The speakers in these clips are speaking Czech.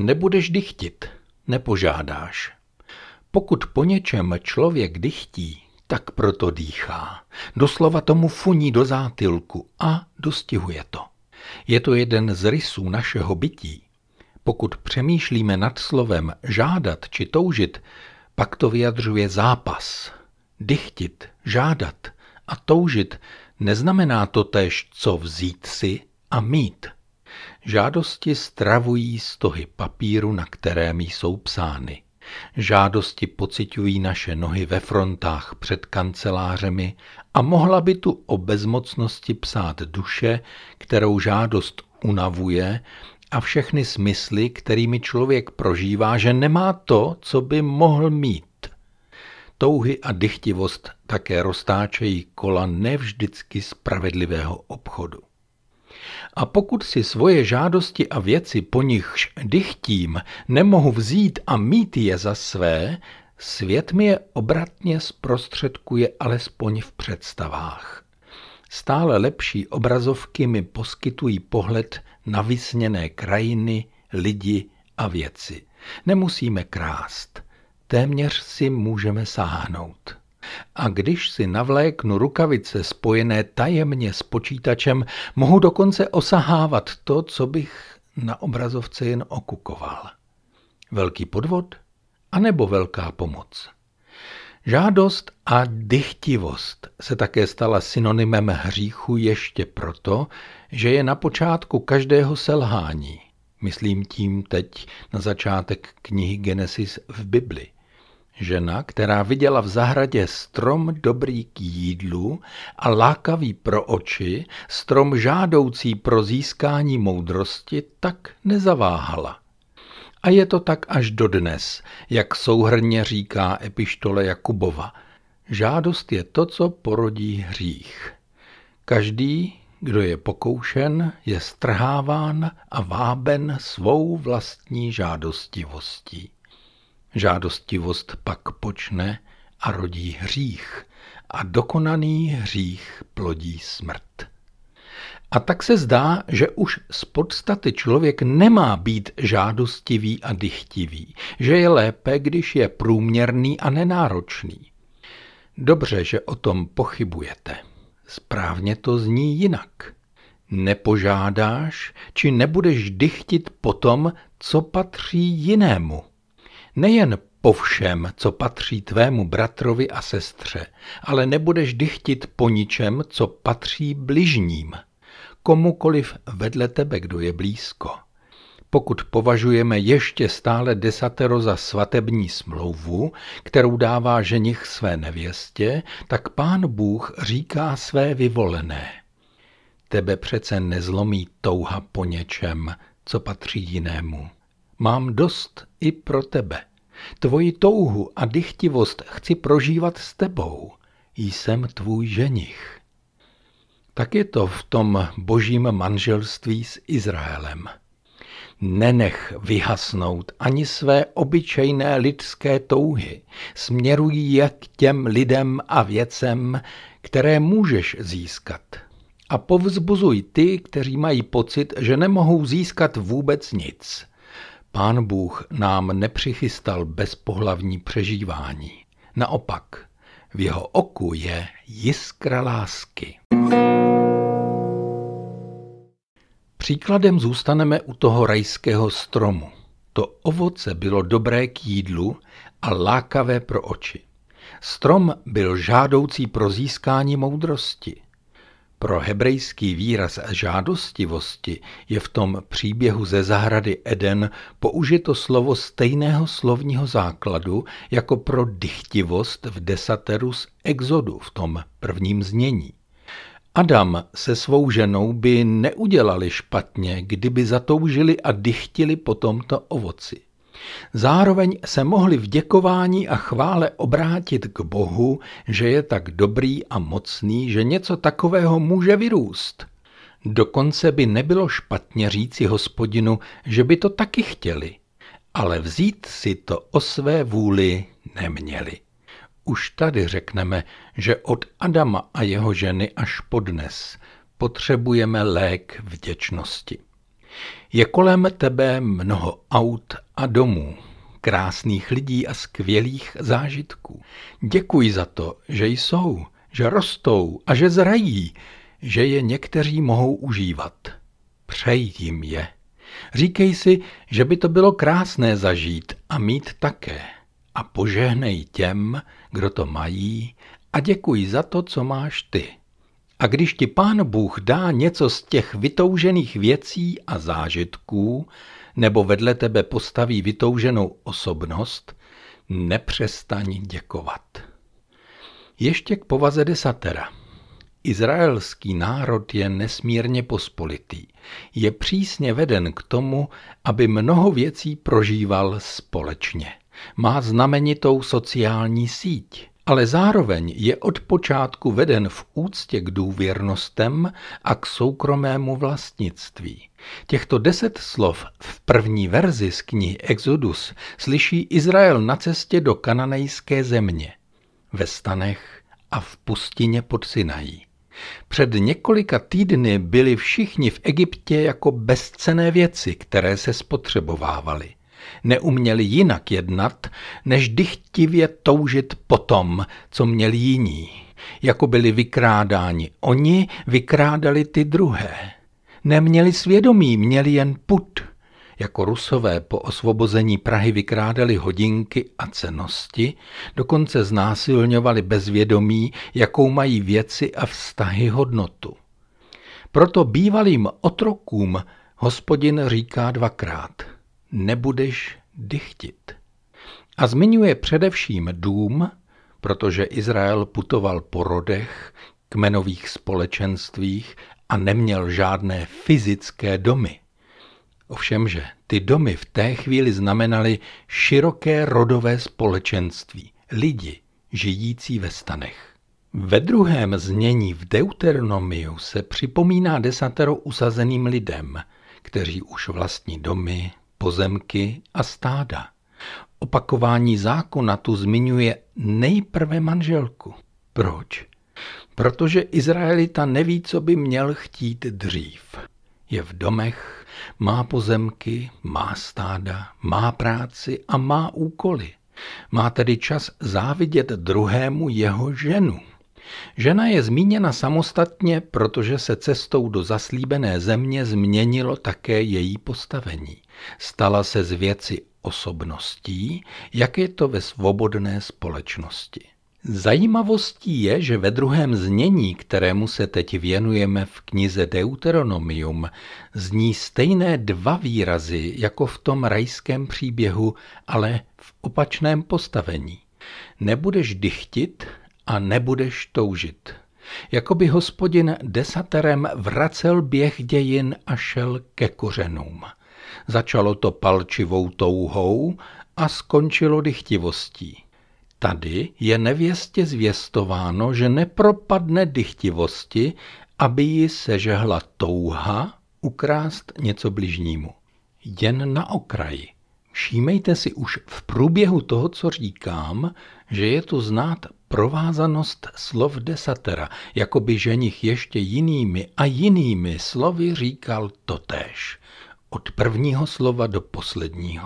nebudeš dychtit, nepožádáš. Pokud po něčem člověk dychtí, tak proto dýchá. Doslova tomu funí do zátylku a dostihuje to. Je to jeden z rysů našeho bytí. Pokud přemýšlíme nad slovem žádat či toužit, pak to vyjadřuje zápas. Dychtit, žádat a toužit neznamená totéž, co vzít si a mít. Žádosti stravují stohy papíru, na kterém jsou psány. Žádosti pociťují naše nohy ve frontách před kancelářemi a mohla by tu o bezmocnosti psát duše, kterou žádost unavuje, a všechny smysly, kterými člověk prožívá, že nemá to, co by mohl mít. Touhy a dychtivost také roztáčejí kola nevždycky spravedlivého obchodu. A pokud si svoje žádosti a věci, po nichž dychtím, nemohu vzít a mít je za své, svět mi je obratně zprostředkuje alespoň v představách. Stále lepší obrazovky mi poskytují pohled na vysněné krajiny, lidi a věci. Nemusíme krást, téměř si můžeme sáhnout. A když si navléknu rukavice spojené tajemně s počítačem, mohu dokonce osahávat to, co bych na obrazovce jen okukoval. Velký podvod, anebo velká pomoc? Žádost a dychtivost se také stala synonymem hříchu ještě proto, že je na počátku každého selhání. Myslím tím teď na začátek knihy Genesis v Bibli. Žena, která viděla v zahradě strom dobrý k jídlu a lákavý pro oči, strom žádoucí pro získání moudrosti, tak nezaváhala. A je to tak až dodnes, jak souhrnně říká epištole Jakubova. Žádost je to, co porodí hřích. Každý, kdo je pokoušen, je strháván a váben svou vlastní žádostivostí. Žádostivost pak počne a rodí hřích a dokonaný hřích plodí smrt. A tak se zdá, že už z podstaty člověk nemá být žádostivý a dychtivý, že je lépe, když je průměrný a nenáročný. Dobře, že o tom pochybujete. Správně to zní jinak. Nepožádáš, či nebudeš dychtit po tom, co patří jinému. Nejen po všem, co patří tvému bratrovi a sestře, ale nebudeš dychtit po ničem, co patří bližním. Komukoliv vedle tebe, kdo je blízko. Pokud považujeme ještě stále desatero za svatební smlouvu, kterou dává ženich své nevěstě, tak Pán Bůh říká své vyvolené. Tebe přece nezlomí touha po něčem, co patří jinému. Mám dost i pro tebe. Tvoji touhu a dychtivost chci prožívat s tebou. Jsem tvůj ženich. Tak je to v tom božím manželství s Izraelem. Nenech vyhasnout ani své obyčejné lidské touhy. Směruj je k těm lidem a věcem, které můžeš získat. A povzbuzuj ty, kteří mají pocit, že nemohou získat vůbec nic. Pán Bůh nám nepřichystal bezpohlavní přežívání. Naopak, v jeho oku je jiskra lásky. Příkladem zůstaneme u toho rajského stromu. To ovoce bylo dobré k jídlu a lákavé pro oči. Strom byl žádoucí pro získání moudrosti. Pro hebrejský výraz žádostivosti je v tom příběhu ze zahrady Eden použito slovo stejného slovního základu jako pro dychtivost v desateru z Exodu v tom prvním znění. Adam se svou ženou by neudělali špatně, kdyby zatoužili a dychtili po tomto ovoci. Zároveň se mohli v děkování a chvále obrátit k Bohu, že je tak dobrý a mocný, že něco takového může vyrůst. Dokonce by nebylo špatně říci Hospodinu, že by to taky chtěli, ale vzít si to o své vůli neměli. Už tady řekneme, že od Adama a jeho ženy až po dnes potřebujeme lék vděčnosti. Je kolem tebe mnoho aut a domů, krásných lidí a skvělých zážitků. Děkuj za to, že jsou, že rostou a že zrají, že je někteří mohou užívat. Přej jim je. Říkej si, že by to bylo krásné zažít a mít také. A požehnej těm, kdo to mají, a děkuj za to, co máš ty. A když ti Pán Bůh dá něco z těch vytoužených věcí a zážitků, nebo vedle tebe postaví vytouženou osobnost, nepřestaň děkovat. Ještě k povaze desatera. Izraelský národ je nesmírně pospolitý. Je přísně veden k tomu, aby mnoho věcí prožíval společně. Má znamenitou sociální síť, ale zároveň je od počátku veden v úctě k důvěrnostem a k soukromému vlastnictví. Těchto 10 slov v první verzi z knihy Exodus slyší Izrael na cestě do kananejské země, ve stanech a v pustině pod Sinají. Před několika týdny byli všichni v Egyptě jako bezcenné věci, které se spotřebovávaly. Neuměli jinak jednat, než dychtivě toužit po tom, co měli jiní. Jako byli vykrádáni oni, vykrádali ty druhé. Neměli svědomí, měli jen pud. Jako Rusové po osvobození Prahy vykrádali hodinky a cennosti, dokonce znásilňovali bez vědomí, jakou mají věci a vztahy hodnotu. Proto bývalým otrokům Hospodin říká 2krát: nebudeš dychtit. A zmiňuje především dům, protože Izrael putoval po rodech, kmenových společenstvích a neměl žádné fyzické domy. Ovšemže ty domy v té chvíli znamenaly široké rodové společenství, lidi žijící ve stanech. Ve druhém znění v Deuteronomiu se připomíná desatero usazeným lidem, kteří už vlastní domy, pozemky a stáda. Opakování zákona tu zmiňuje nejprve manželku. Proč? Protože Izraelita neví, co by měl chtít dřív. Je v domech, má pozemky, má stáda, má práci a má úkoly. Má tedy čas závidět druhému jeho ženu. Žena je zmíněna samostatně, protože se cestou do zaslíbené země změnilo také její postavení. Stala se z věci osobností, jak je to ve svobodné společnosti. Zajímavostí je, že ve druhém znění, kterému se teď věnujeme v knize Deuteronomium, zní stejné 2 výrazy jako v tom rajském příběhu, ale v opačném postavení. Nebudeš dychtit a nebudeš toužit. Jakoby Hospodin desaterem vracel běh dějin a šel ke kořenům. Začalo to palčivou touhou a skončilo dychtivostí. Tady je nevěstě zvěstováno, že nepropadne dychtivosti, aby ji sežehla touha ukrást něco bližnímu. Jen na okraji. Všímejte si už v průběhu toho, co říkám, že je tu znát provázanost slov desatera, jako by ženich ještě jinými a jinými slovy říkal totéž. Od prvního slova do posledního.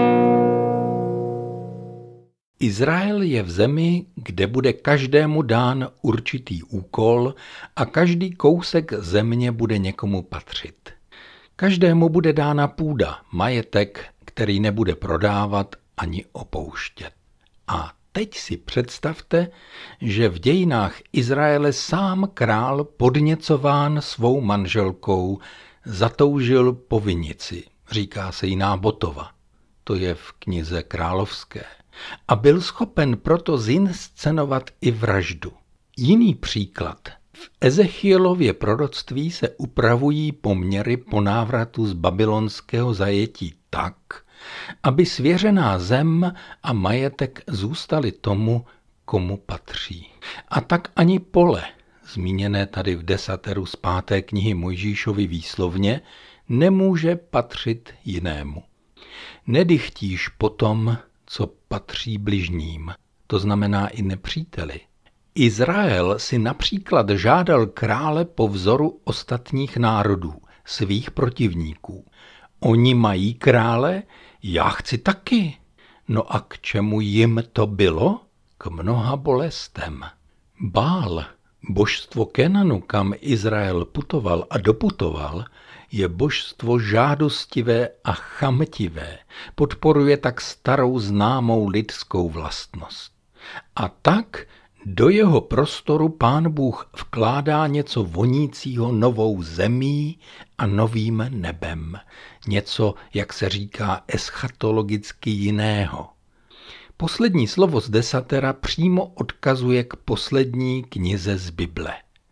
Izrael je v zemi, kde bude každému dán určitý úkol a každý kousek země bude někomu patřit. Každému bude dána půda, majetek, který nebude prodávat ani opouštět. A teď si představte, že v dějinách Izraele sám král podněcován svou manželkou zatoužil po vinici, říká se jí Nábotova, to je v knize Královské, a byl schopen proto zinscenovat i vraždu. Jiný příklad. V Ezechielově proroctví se upravují poměry po návratu z babylonského zajetí tak, aby svěřená zem a majetek zůstaly tomu, komu patří. A tak ani pole, zmíněné tady v desateru z 5. knihy Mojžíšovy výslovně, nemůže patřit jinému. Nedychtíš potom, co patří bližním, to znamená i nepříteli. Izrael si například žádal krále po vzoru ostatních národů, svých protivníků. Oni mají krále, já chci taky. No a k čemu jim to bylo? K mnoha bolestem. Bál, božstvo Kenanu, kam Izrael putoval a doputoval, je božstvo žádostivé a chamtivé, podporuje tak starou známou lidskou vlastnost. A tak do jeho prostoru Pán Bůh vkládá něco vonícího novou zemí a novým nebem. Něco, jak se říká, eschatologicky jiného. Poslední slovo z desatera přímo odkazuje k poslední knize z Bible.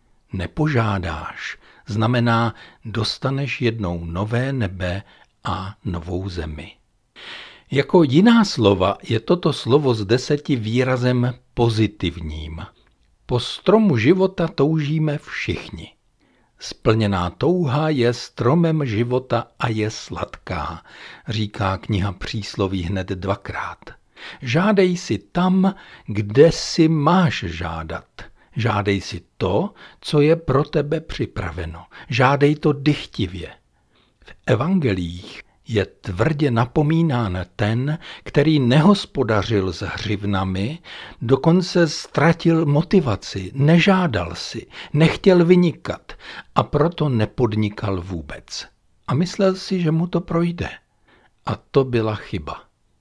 Nepožádáš znamená, dostaneš jednou nové nebe a novou zemi. Jako jiná slova je toto slovo z 10 výrazem pozitivním. Po stromu života toužíme všichni. Splněná touha je stromem života a je sladká, říká kniha Přísloví hned 2krát. Žádej si tam, kde si máš žádat. Žádej si to, co je pro tebe připraveno. Žádej to dychtivě. V evangelích je tvrdě napomínán ten, který nehospodařil s hřivnami, dokonce ztratil motivaci, nežádal si, nechtěl vynikat a proto nepodnikal vůbec. A myslel si, že mu to projde. A to byla chyba.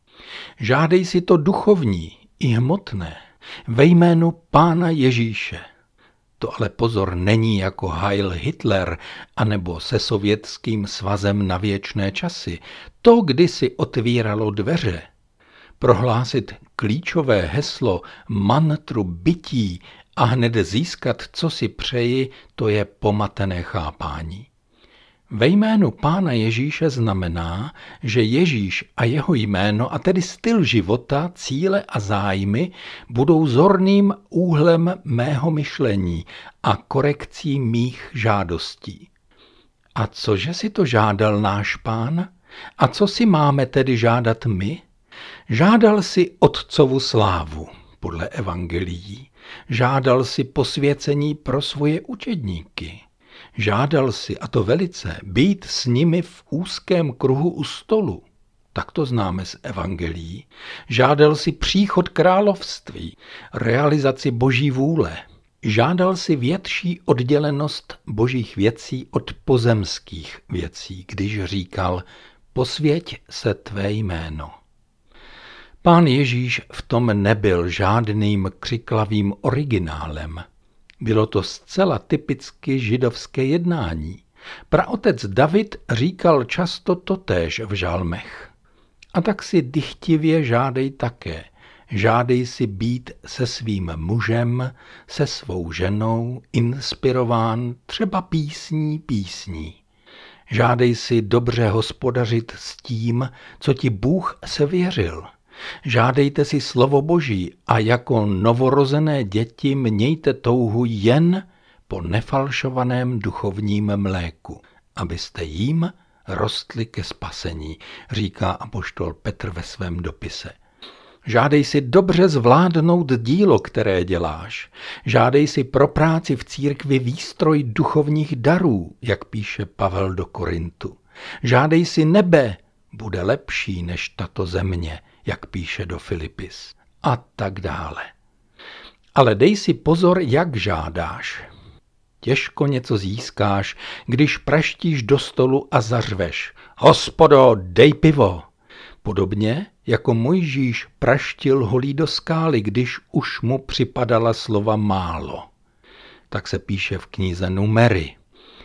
Žádej si to duchovní i hmotné ve jménu Pána Ježíše. To ale pozor není jako Heil Hitler anebo se Sovětským svazem na věčné časy. To kdysi otvíralo dveře. Prohlásit klíčové heslo, mantru bytí a hned získat, co si přeji, to je pomatené chápání. Ve jménu Pána Ježíše znamená, že Ježíš a jeho jméno, a tedy styl života, cíle a zájmy budou zorným úhlem mého myšlení a korekcí mých žádostí. A cože si to žádal náš Pán? A co si máme tedy žádat my? Žádal si Otcovu slávu, podle evangelií. Žádal si posvěcení pro svoje učedníky. Žádal si, a to velice, být s nimi v úzkém kruhu u stolu. Tak to známe z evangelií. Žádal si příchod království, realizaci boží vůle. Žádal si větší oddělenost božích věcí od pozemských věcí, když říkal, posvěť se tvé jméno. Pán Ježíš v tom nebyl žádným křiklavým originálem. Bylo to zcela typicky židovské jednání. Praotec David říkal často totéž v žalmech. A tak si dychtivě žádej také. Žádej si být se svým mužem, se svou ženou, inspirován třeba písní. Žádej si dobře hospodařit s tím, co ti Bůh svěřil. Žádejte si slovo Boží a jako novorozené děti mějte touhu jen po nefalšovaném duchovním mléku, abyste jím rostli ke spasení, říká apoštol Petr ve svém dopise. Žádej si dobře zvládnout dílo, které děláš. Žádej si pro práci v církvi výstroj duchovních darů, jak píše Pavel do Korintu. Žádej si nebe, bude lepší než tato země, jak píše do Filipis. A tak dále. Ale dej si pozor, jak žádáš. Těžko něco získáš, když praštíš do stolu a zařveš. Hospodo, dej pivo. Podobně jako Mojžíš praštil holí do skály, když už mu připadala slova málo. Tak se píše v knize Numery.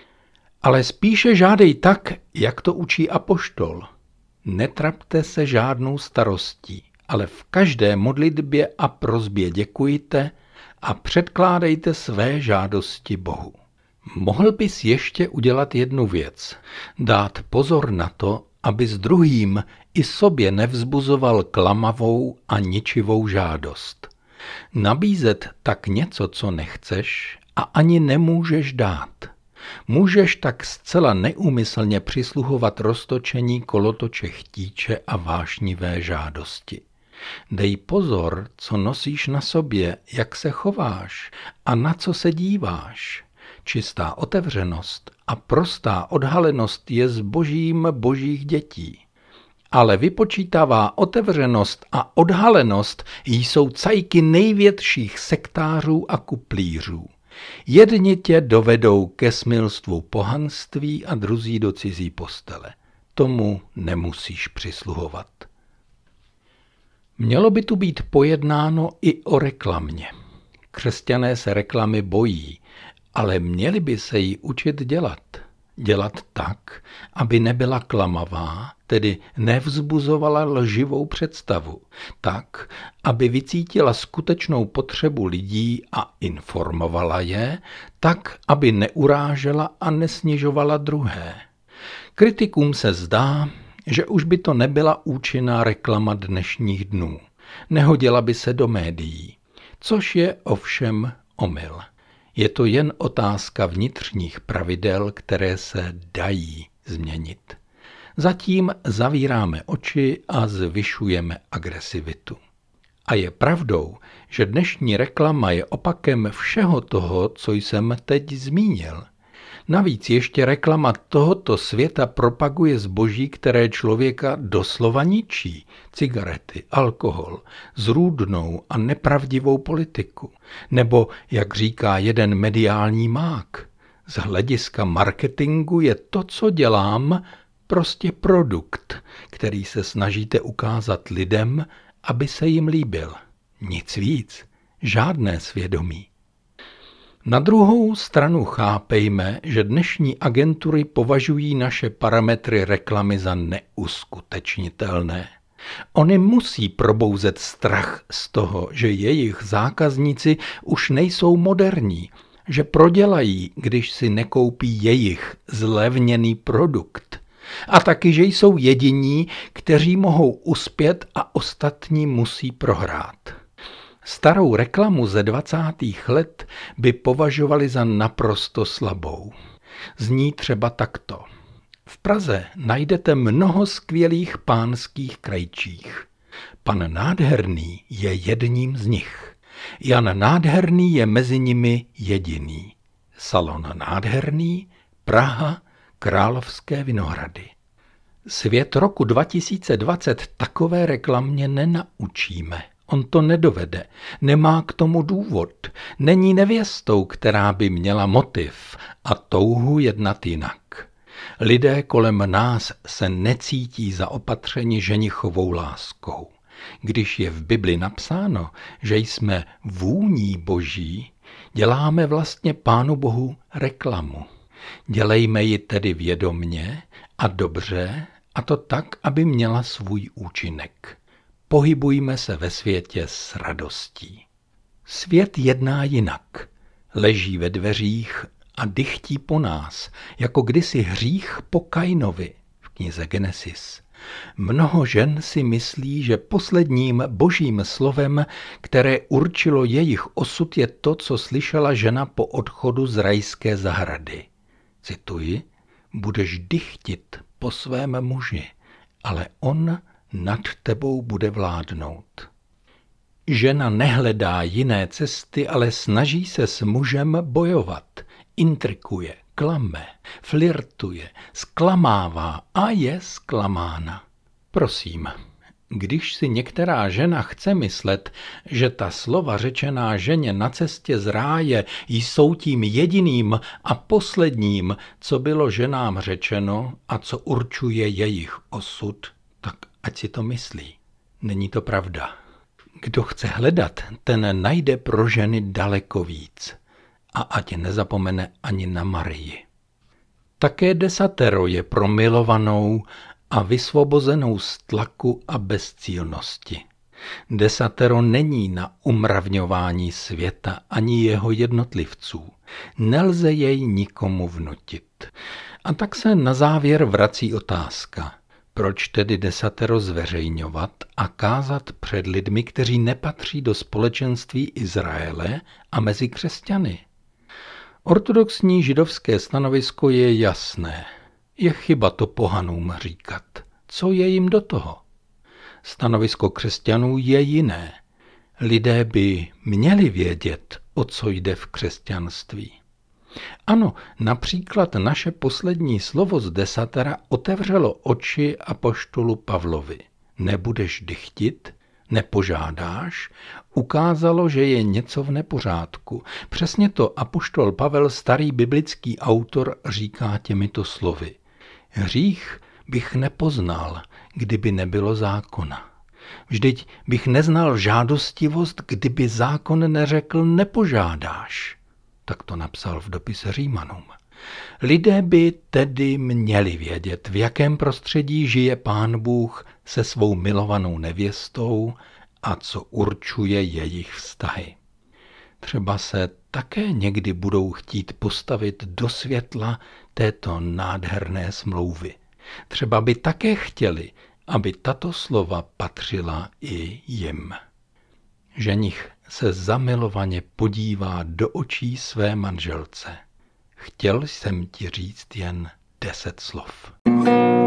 Ale spíše žádej tak, jak to učí apoštol. Netrapte se žádnou starostí, ale v každé modlitbě a prosbě děkujte a předkládejte své žádosti Bohu. Mohl bys ještě udělat jednu věc, dát pozor na to, aby s druhým i sobě nevzbuzoval klamavou a ničivou žádost. Nabízet tak něco, co nechceš a ani nemůžeš dát. Můžeš tak zcela neúmyslně přisluhovat roztočení kolotoče chtíče a vášnivé žádosti. Dej pozor, co nosíš na sobě, jak se chováš a na co se díváš. Čistá otevřenost a prostá odhalenost je zbožím božích dětí. Ale vypočítavá otevřenost a odhalenost jsou cajky největších sektářů a kuplířů. Jedni tě dovedou ke smilstvu pohanství a druzí do cizí postele. Tomu nemusíš přisluhovat. Mělo by tu být pojednáno i o reklamě. Křesťané se reklamy bojí, ale měli by se ji učit dělat. Dělat tak, aby nebyla klamavá, tedy nevzbuzovala lživou představu, tak, aby vycítila skutečnou potřebu lidí a informovala je, tak, aby neurážela a nesnižovala druhé. Kritikům se zdá, že už by to nebyla účinná reklama dnešních dnů. Nehodila by se do médií, což je ovšem omyl. Je to jen otázka vnitřních pravidel, které se dají změnit. Zatím zavíráme oči a zvyšujeme agresivitu. A je pravdou, že dnešní reklama je opakem všeho toho, co jsem teď zmínil. Navíc ještě reklama tohoto světa propaguje zboží, které člověka doslova ničí. Cigarety, alkohol, zrůdnou a nepravdivou politiku. Nebo, jak říká jeden mediální mák, z hlediska marketingu je to, co dělám, prostě produkt, který se snažíte ukázat lidem, aby se jim líbil. Nic víc, žádné svědomí. Na druhou stranu chápejme, že dnešní agentury považují naše parametry reklamy za neuskutečnitelné. Oni musí probouzet strach z toho, že jejich zákazníci už nejsou moderní, že prodělají, když si nekoupí jejich zlevněný produkt. A taky, že jsou jediní, kteří mohou uspět a ostatní musí prohrát. Starou reklamu ze 20. let by považovali za naprosto slabou. Zní třeba takto. V Praze najdete mnoho skvělých pánských krajčích. Pan Nádherný je jedním z nich. Jan Nádherný je mezi nimi jediný. Salon Nádherný, Praha, Královské Vinohrady. Svět roku 2020 takové reklamě nenaučíme. On to nedovede, nemá k tomu důvod, není nevěstou, která by měla motiv a touhu jednat jinak. Lidé kolem nás se necítí zaopatřeni ženichovou láskou. Když je v Bibli napsáno, že jsme vůní Boží, děláme vlastně Pánu Bohu reklamu. Dělejme ji tedy vědomně a dobře, a to tak, aby měla svůj účinek. Pohybujme se ve světě s radostí. Svět jedná jinak. Leží ve dveřích a dychtí po nás, jako kdysi hřích po Kainovi v knize Genesis. Mnoho žen si myslí, že posledním božím slovem, které určilo jejich osud, je to, co slyšela žena po odchodu z rajské zahrady. Cituji, budeš dychtit po svém muži, ale on nad tebou bude vládnout. Žena nehledá jiné cesty, ale snaží se s mužem bojovat. Intrikuje, klame, flirtuje, zklamává a je zklamána. Prosím, když si některá žena chce myslet, že ta slova řečená ženě na cestě z ráje jsou tím jediným a posledním, co bylo ženám řečeno a co určuje jejich osud, tak ať si to myslí. Není to pravda. Kdo chce hledat, ten najde pro ženy daleko víc. A ať nezapomene ani na Marii. Také desatero je pro milovanou a vysvobozenou z tlaku a bezcílnosti. Desatero není na umravňování světa ani jeho jednotlivců. Nelze jej nikomu vnutit. A tak se na závěr vrací otázka. Proč tedy desatero zveřejňovat a kázat před lidmi, kteří nepatří do společenství Izraele a mezi křesťany? Ortodoxní židovské stanovisko je jasné. Je chyba to pohanům říkat. Co je jim do toho? Stanovisko křesťanů je jiné. Lidé by měli vědět, o co jde v křesťanství. Ano, například naše poslední slovo z desatera otevřelo oči apoštolu Pavlovi. Nebudeš dychtit, nepožádáš, ukázalo, že je něco v nepořádku. Přesně to apoštol Pavel, starý biblický autor, říká těmito slovy. Hřích bych nepoznal, kdyby nebylo zákona. Vždyť bych neznal žádostivost, kdyby zákon neřekl nepožádáš. Tak to napsal v dopise Římanům. Lidé by tedy měli vědět, v jakém prostředí žije Pán Bůh se svou milovanou nevěstou a co určuje jejich vztahy. Třeba se také někdy budou chtít postavit do světla této nádherné smlouvy. Třeba by také chtěli, aby tato slova patřila i jim. Ženich se zamilovaně podívá do očí své manželce. Chtěl jsem ti říct jen 10 slov.